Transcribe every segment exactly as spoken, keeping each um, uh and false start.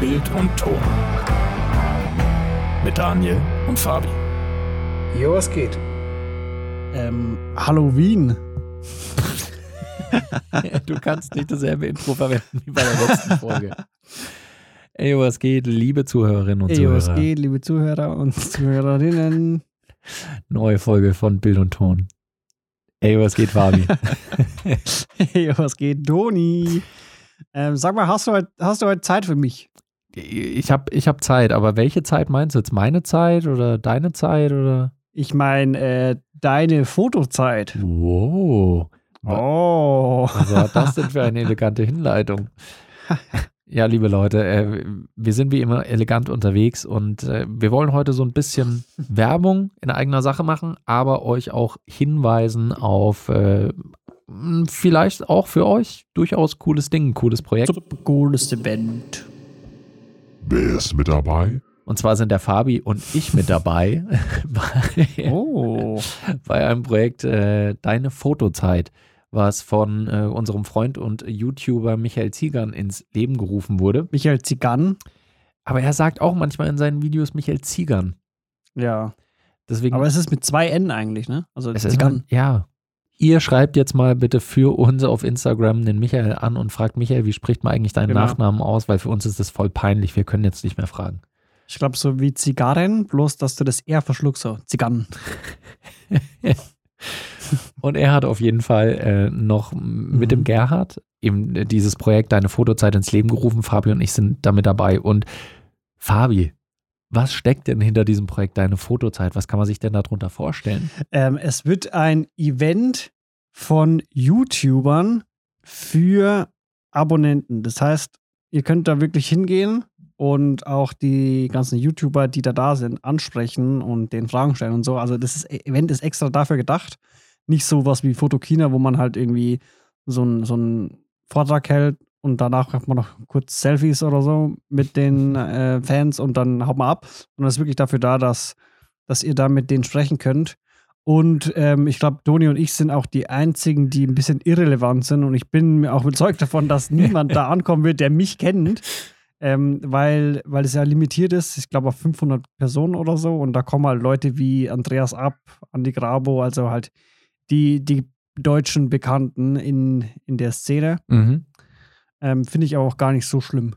Bild und Ton. Mit Daniel und Fabi. Jo, was geht? Ähm, Halloween. Du kannst nicht dasselbe Intro verwenden wie bei der letzten Folge. Ey, was geht, liebe Zuhörerinnen und Ey, Zuhörer? was geht, liebe Zuhörer und Zuhörerinnen? Neue Folge von Bild und Ton. Ey, was geht, Fabi? Ey, was geht, Doni? Ähm, sag mal, hast du heute, hast du heute Zeit für mich? Ich habe ich hab Zeit, aber welche Zeit meinst du jetzt? Meine Zeit oder deine Zeit? Oder? Ich meine, äh, deine Fotozeit. Wow. Oh. Was war das denn für eine elegante Hinleitung? Ja, liebe Leute, äh, wir sind wie immer elegant unterwegs und äh, wir wollen heute so ein bisschen Werbung in eigener Sache machen, aber euch auch hinweisen auf äh, vielleicht auch für euch durchaus cooles Ding, cooles Projekt. Super cooles Event. Wer ist mit dabei? Und zwar sind der Fabi und ich mit dabei bei, Oh. bei einem Projekt äh, Deine Fotozeit, was von äh, unserem Freund und YouTuber Michael Ziegern ins Leben gerufen wurde. Michael Zigan. Aber er sagt auch manchmal in seinen Videos Michael Ziegern. Ja. Deswegen, Aber es ist mit zwei N eigentlich, ne? Also es ist Zigan. man, ja. Ihr schreibt jetzt mal bitte für uns auf Instagram den Michael an und fragt Michael, wie spricht man eigentlich deinen Genau. Nachnamen aus, weil für uns ist das voll peinlich, wir können jetzt nicht mehr fragen. Ich glaube, so wie Zigarren, bloß dass du das R verschluckst, so Zigan. Und er hat auf jeden Fall äh, noch mit dem Gerhard eben dieses Projekt Deine Fotozeit ins Leben gerufen. Fabi und ich sind damit dabei. Und Fabi, was steckt denn hinter diesem Projekt Deine Fotozeit? Was kann man sich denn darunter vorstellen? Ähm, es wird ein Event von YouTubern für Abonnenten. Das heißt, ihr könnt da wirklich hingehen und auch die ganzen YouTuber, die da da sind, ansprechen und denen Fragen stellen und so. Also das ist, Event ist extra dafür gedacht. Nicht so was wie Fotokina, wo man halt irgendwie so einen so einen Vortrag hält und danach macht man noch kurz Selfies oder so mit den äh, Fans und dann haut man ab. Und das ist wirklich dafür da, dass, dass ihr da mit denen sprechen könnt. Und ähm, ich glaube, Toni und ich sind auch die einzigen, die ein bisschen irrelevant sind. Und ich bin mir auch überzeugt davon, dass niemand da ankommen wird, der mich kennt. Ähm, weil, weil es ja limitiert ist, ich glaube auf fünfhundert Personen oder so. Und da kommen halt Leute wie Andreas App, Andi Grabo, also halt die, die deutschen Bekannten in, in der Szene. Mhm. Ähm, Finde ich auch gar nicht so schlimm.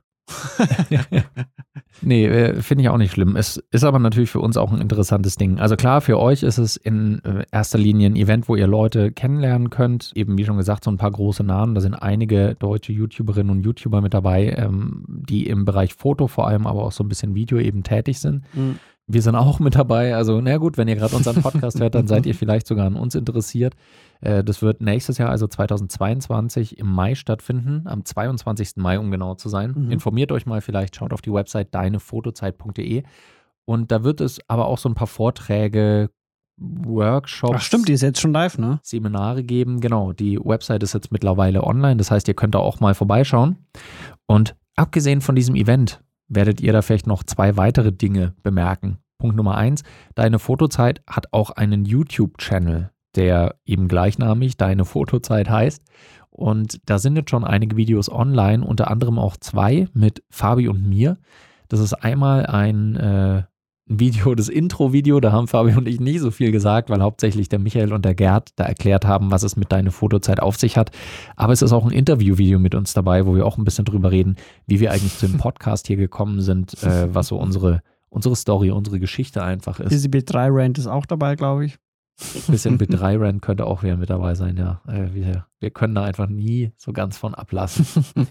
Nee, äh, finde ich auch nicht schlimm. Es ist aber natürlich für uns auch ein interessantes Ding. Also klar, für euch ist es in äh, erster Linie ein Event, wo ihr Leute kennenlernen könnt. Eben wie schon gesagt, so ein paar große Namen. Da sind einige deutsche YouTuberinnen und YouTuber mit dabei, ähm, die im Bereich Foto vor allem, aber auch so ein bisschen Video eben tätig sind. Mhm. Wir sind auch mit dabei. Also na gut, wenn ihr gerade unseren Podcast hört, dann seid ihr vielleicht sogar an uns interessiert. Äh, das wird nächstes Jahr, also zweitausendzweiundzwanzig, im Mai stattfinden, am zweiundzwanzigsten Mai, um genau zu sein. Mhm. Informiert euch mal vielleicht, schaut auf die Website deinefotozeit punkt de und da wird es aber auch so ein paar Vorträge, Workshops, Ach stimmt, die ist jetzt schon live, ne? Seminare geben. Genau, die Website ist jetzt mittlerweile online, das heißt, ihr könnt da auch mal vorbeischauen. Und abgesehen von diesem Event werdet ihr da vielleicht noch zwei weitere Dinge bemerken. Punkt Nummer eins, Deine Fotozeit hat auch einen YouTube-Channel, der eben gleichnamig Deine Fotozeit heißt. Und da sind jetzt schon einige Videos online, unter anderem auch zwei mit Fabi und mir. Das ist einmal ein äh, Video, das Intro-Video, da haben Fabi und ich nicht so viel gesagt, weil hauptsächlich der Michael und der Gerd da erklärt haben, was es mit Deine Fotozeit auf sich hat. Aber es ist auch ein Interview-Video mit uns dabei, wo wir auch ein bisschen drüber reden, wie wir eigentlich zu dem Podcast hier gekommen sind, äh, was so unsere, unsere Story, unsere Geschichte einfach ist. Busy B drei Rant ist auch dabei, glaube ich. Ein bisschen B drei Rant könnte auch wieder mit dabei sein, ja. Äh, wir, wir können da einfach nie so ganz von ablassen.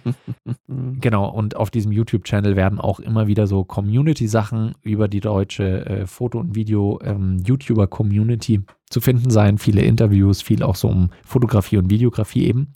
Genau, und auf diesem YouTube-Channel werden auch immer wieder so Community-Sachen über die deutsche äh, Foto- und Video-YouTuber-Community ähm, zu finden sein. Viele Interviews, viel auch so um Fotografie und Videografie eben.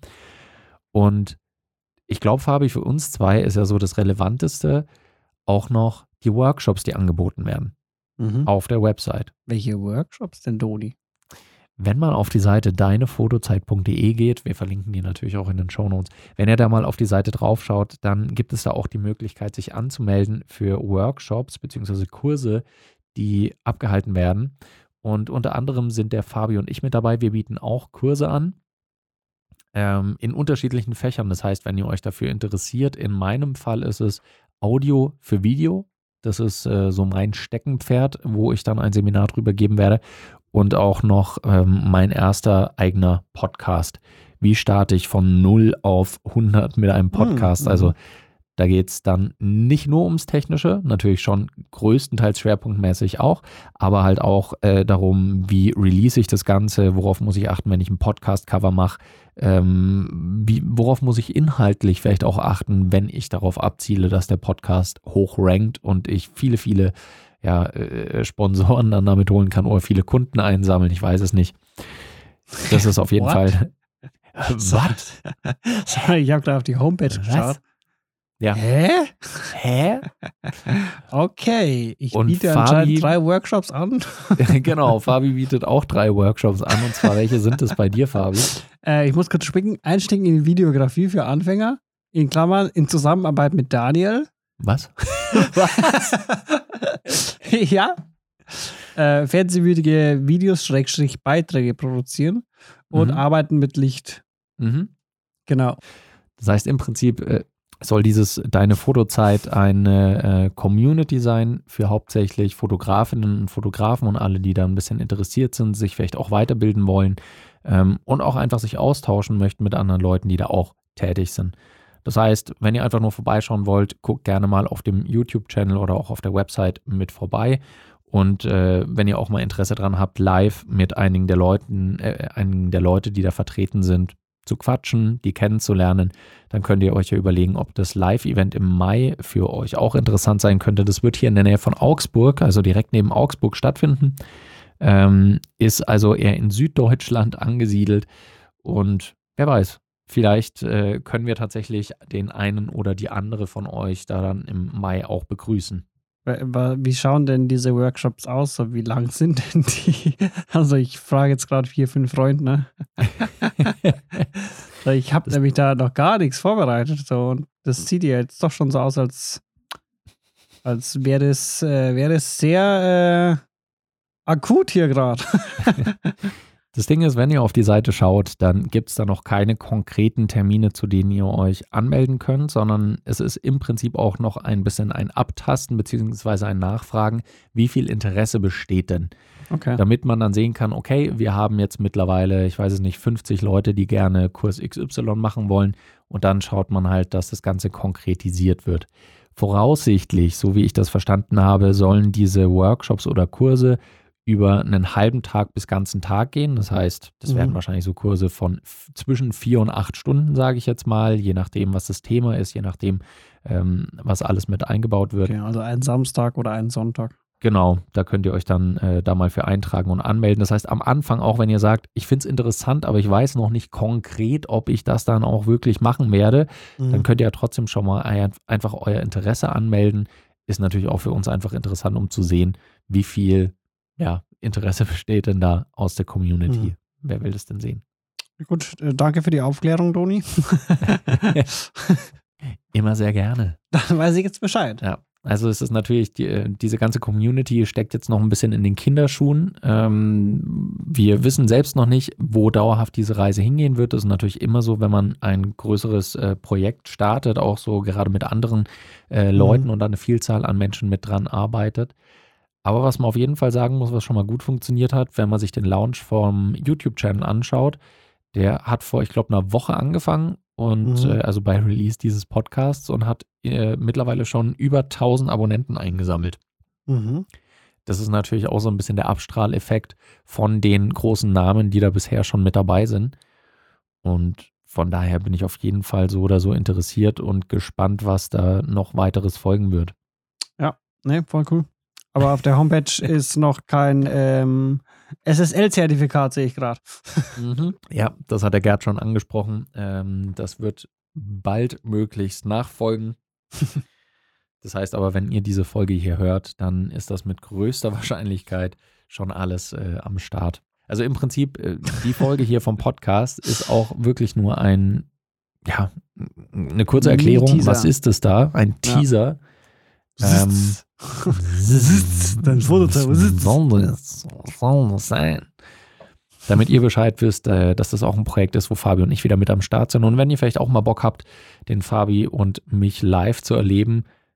Und ich glaube, Fabi, für uns zwei ist ja so das Relevanteste auch noch die Workshops, die angeboten werden Mhm. auf der Website. Welche Workshops denn, Doni? Wenn man auf die Seite deinefotozeit punkt de geht, wir verlinken die natürlich auch in den Shownotes, wenn ihr da mal auf die Seite draufschaut, dann gibt es da auch die Möglichkeit, sich anzumelden für Workshops bzw. Kurse, die abgehalten werden. Und unter anderem sind der Fabi und ich mit dabei. Wir bieten auch Kurse an ähm, in unterschiedlichen Fächern. Das heißt, wenn ihr euch dafür interessiert, in meinem Fall ist es Audio für Video. Das ist äh, so mein Steckenpferd, wo ich dann ein Seminar drüber geben werde. Und auch noch ähm, mein erster eigener Podcast. Wie starte ich von null auf hundert mit einem Podcast? Mhm. Also da geht es dann nicht nur ums Technische, natürlich schon größtenteils schwerpunktmäßig auch, aber halt auch äh, darum, wie release ich das Ganze, worauf muss ich achten, wenn ich ein Podcast-Cover mache, ähm, wie, worauf muss ich inhaltlich vielleicht auch achten, wenn ich darauf abziele, dass der Podcast hoch rankt und ich viele, viele ja, äh, Sponsoren dann damit holen kann oder viele Kunden einsammeln, ich weiß es nicht. Das ist auf jeden What? Fall. Was? Sorry, ich habe gerade auf die Homepage Was? geschaut. Ja. Hä? Hä? Okay, ich Und biete Fabi- anscheinend drei Workshops an. Genau, Fabi bietet auch drei Workshops an. Und zwar, welche sind es bei dir, Fabi? Äh, ich muss kurz spicken. Einstieg in die Videografie für Anfänger. In Klammern in Zusammenarbeit mit Daniel. Was? Ja. Äh, fernsehwürdige Videos, Schrägstrich Beiträge produzieren und Mhm. arbeiten mit Licht. Mhm. Genau. Das heißt, im Prinzip äh, soll dieses deine Fotozeit eine äh, Community sein für hauptsächlich Fotografinnen und Fotografen und alle, die da ein bisschen interessiert sind, sich vielleicht auch weiterbilden wollen ähm, und auch einfach sich austauschen möchten mit anderen Leuten, die da auch tätig sind. Das heißt, wenn ihr einfach nur vorbeischauen wollt, guckt gerne mal auf dem YouTube-Channel oder auch auf der Website mit vorbei. Und äh, wenn ihr auch mal Interesse dran habt, live mit einigen der Leuten, äh, einigen der Leute, die da vertreten sind, zu quatschen, die kennenzulernen, dann könnt ihr euch ja überlegen, ob das Live-Event im Mai für euch auch interessant sein könnte. Das wird hier in der Nähe von Augsburg, also direkt neben Augsburg stattfinden. Ähm, ist also eher in Süddeutschland angesiedelt. Und wer weiß, vielleicht äh, können wir tatsächlich den einen oder die andere von euch da dann im Mai auch begrüßen. Wie schauen denn diese Workshops aus? So, wie lang sind denn die? Also ich frage jetzt gerade vier, fünf Freunde, ne? Ich habe nämlich da noch gar nichts vorbereitet. So, und das sieht ja jetzt doch schon so aus, als, als wäre es, äh, wäre es sehr äh, akut hier gerade. Das Ding ist, wenn ihr auf die Seite schaut, dann gibt es da noch keine konkreten Termine, zu denen ihr euch anmelden könnt, sondern es ist im Prinzip auch noch ein bisschen ein Abtasten bzw. ein Nachfragen, wie viel Interesse besteht denn? Okay. Damit man dann sehen kann, okay, wir haben jetzt mittlerweile, ich weiß es nicht, fünfzig Leute, die gerne Kurs X Y machen wollen und dann schaut man halt, dass das Ganze konkretisiert wird. Voraussichtlich, so wie ich das verstanden habe, sollen diese Workshops oder Kurse über einen halben Tag bis ganzen Tag gehen. Das heißt, das werden Mhm. wahrscheinlich so Kurse von f- zwischen vier und acht Stunden, sage ich jetzt mal, je nachdem, was das Thema ist, je nachdem, ähm, was alles mit eingebaut wird. Okay, also ein Samstag oder ein Sonntag. Genau, da könnt ihr euch dann äh, da mal für eintragen und anmelden. Das heißt, am Anfang, auch wenn ihr sagt, ich finde es interessant, aber ich weiß noch nicht konkret, ob ich das dann auch wirklich machen werde, Mhm. dann könnt ihr ja trotzdem schon mal ein, einfach euer Interesse anmelden. Ist natürlich auch für uns einfach interessant, um zu sehen, wie viel ja, Interesse besteht denn da aus der Community. Mhm. Wer will das denn sehen? Gut, äh, danke für die Aufklärung, Toni. Immer sehr gerne. Dann weiß ich jetzt Bescheid. Ja, also es ist natürlich, die, diese ganze Community steckt jetzt noch ein bisschen in den Kinderschuhen. Ähm, wir wissen selbst noch nicht, wo dauerhaft diese Reise hingehen wird. Das ist natürlich immer so, wenn man ein größeres äh, Projekt startet, auch so gerade mit anderen äh, Leuten Mhm. und dann eine Vielzahl an Menschen mit dran arbeitet. Aber was man auf jeden Fall sagen muss, was schon mal gut funktioniert hat, wenn man sich den Launch vom YouTube-Channel anschaut, der hat vor, ich glaube, einer Woche angefangen und Mhm. äh, also bei Release dieses Podcasts und hat äh, mittlerweile schon über tausend Abonnenten eingesammelt. Mhm. Das ist natürlich auch so ein bisschen der Abstrahleffekt von den großen Namen, die da bisher schon mit dabei sind. Und von daher bin ich auf jeden Fall so oder so interessiert und gespannt, was da noch weiteres folgen wird. Ne, voll cool. Aber auf der Homepage ist noch kein ähm, S S L-Zertifikat, sehe ich gerade. Mhm. Ja, das hat der Gerd schon angesprochen. Ähm, das wird bald möglichst nachfolgen. Das heißt aber, wenn ihr diese Folge hier hört, dann ist das mit größter Wahrscheinlichkeit schon alles äh, am Start. Also im Prinzip, äh, die Folge hier vom Podcast ist auch wirklich nur ein, ja, eine kurze Erklärung. Mini-Teaser. Was ist es da? Ein Ja. Teaser. Ähm, Sitz, dein Foto, sitz. soll das, soll das sein? Damit ihr Bescheid wisst, äh, dass das auch ein Projekt ist, wo Fabi und ich wieder mit am Start sind. Und wenn ihr vielleicht auch mal Bock habt, den Fabi und mich live zu erleben,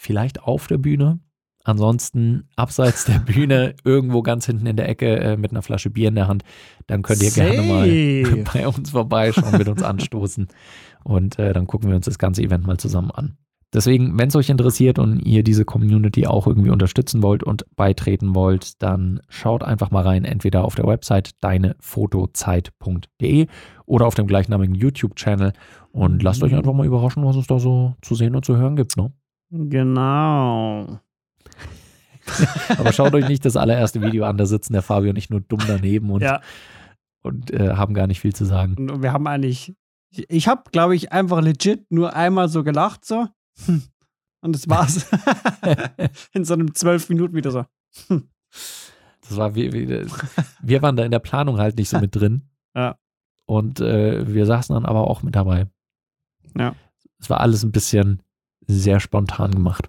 vielleicht auf der Bühne. Ansonsten abseits der Bühne, irgendwo ganz hinten in der Ecke äh, mit einer Flasche Bier in der Hand. Dann könnt ihr Safe. gerne mal bei uns vorbeischauen, mit uns anstoßen. Und äh, dann gucken wir uns das ganze Event mal zusammen an. Deswegen, wenn es euch interessiert und ihr diese Community auch irgendwie unterstützen wollt und beitreten wollt, dann schaut einfach mal rein, entweder auf der Website deinefotozeit punkt de oder auf dem gleichnamigen YouTube-Channel und lasst euch einfach mal überraschen, was es da so zu sehen und zu hören gibt, ne? Genau. Aber schaut euch nicht das allererste Video an, da sitzen der Fabio und ich nur dumm daneben und, Ja. und äh, haben gar nicht viel zu sagen. Und wir haben eigentlich, ich, ich habe, glaube ich, einfach legit nur einmal so gelacht, so. Und das war's. In so einem zwölf Minuten wieder so. Das war wie, wie, wir waren da in der Planung halt nicht so mit drin. Ja. Und äh, wir saßen dann aber auch mit dabei. Ja. Es war alles ein bisschen sehr spontan gemacht.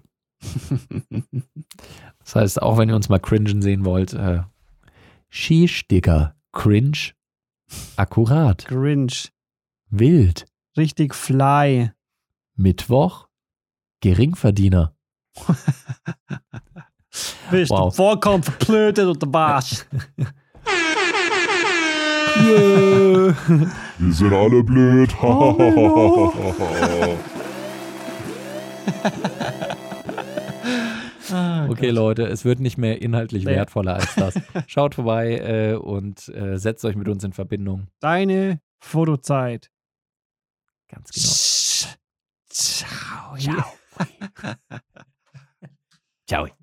Das heißt, auch wenn ihr uns mal cringen sehen wollt, äh, Sheesh, Digga, cringe, akkurat, Grinch. wild, Richtig fly. Mittwoch, Geringverdiener. Bist Wow. du vollkommen verklötet und der Barsch. Wir sind alle blöd. Ah, Okay, Gott. Leute, es wird nicht mehr inhaltlich Nee. wertvoller als das. Schaut vorbei äh, und äh, setzt euch mit uns in Verbindung. Deine Fotozeit. Ganz genau. Ciao. Ciao. Ciao.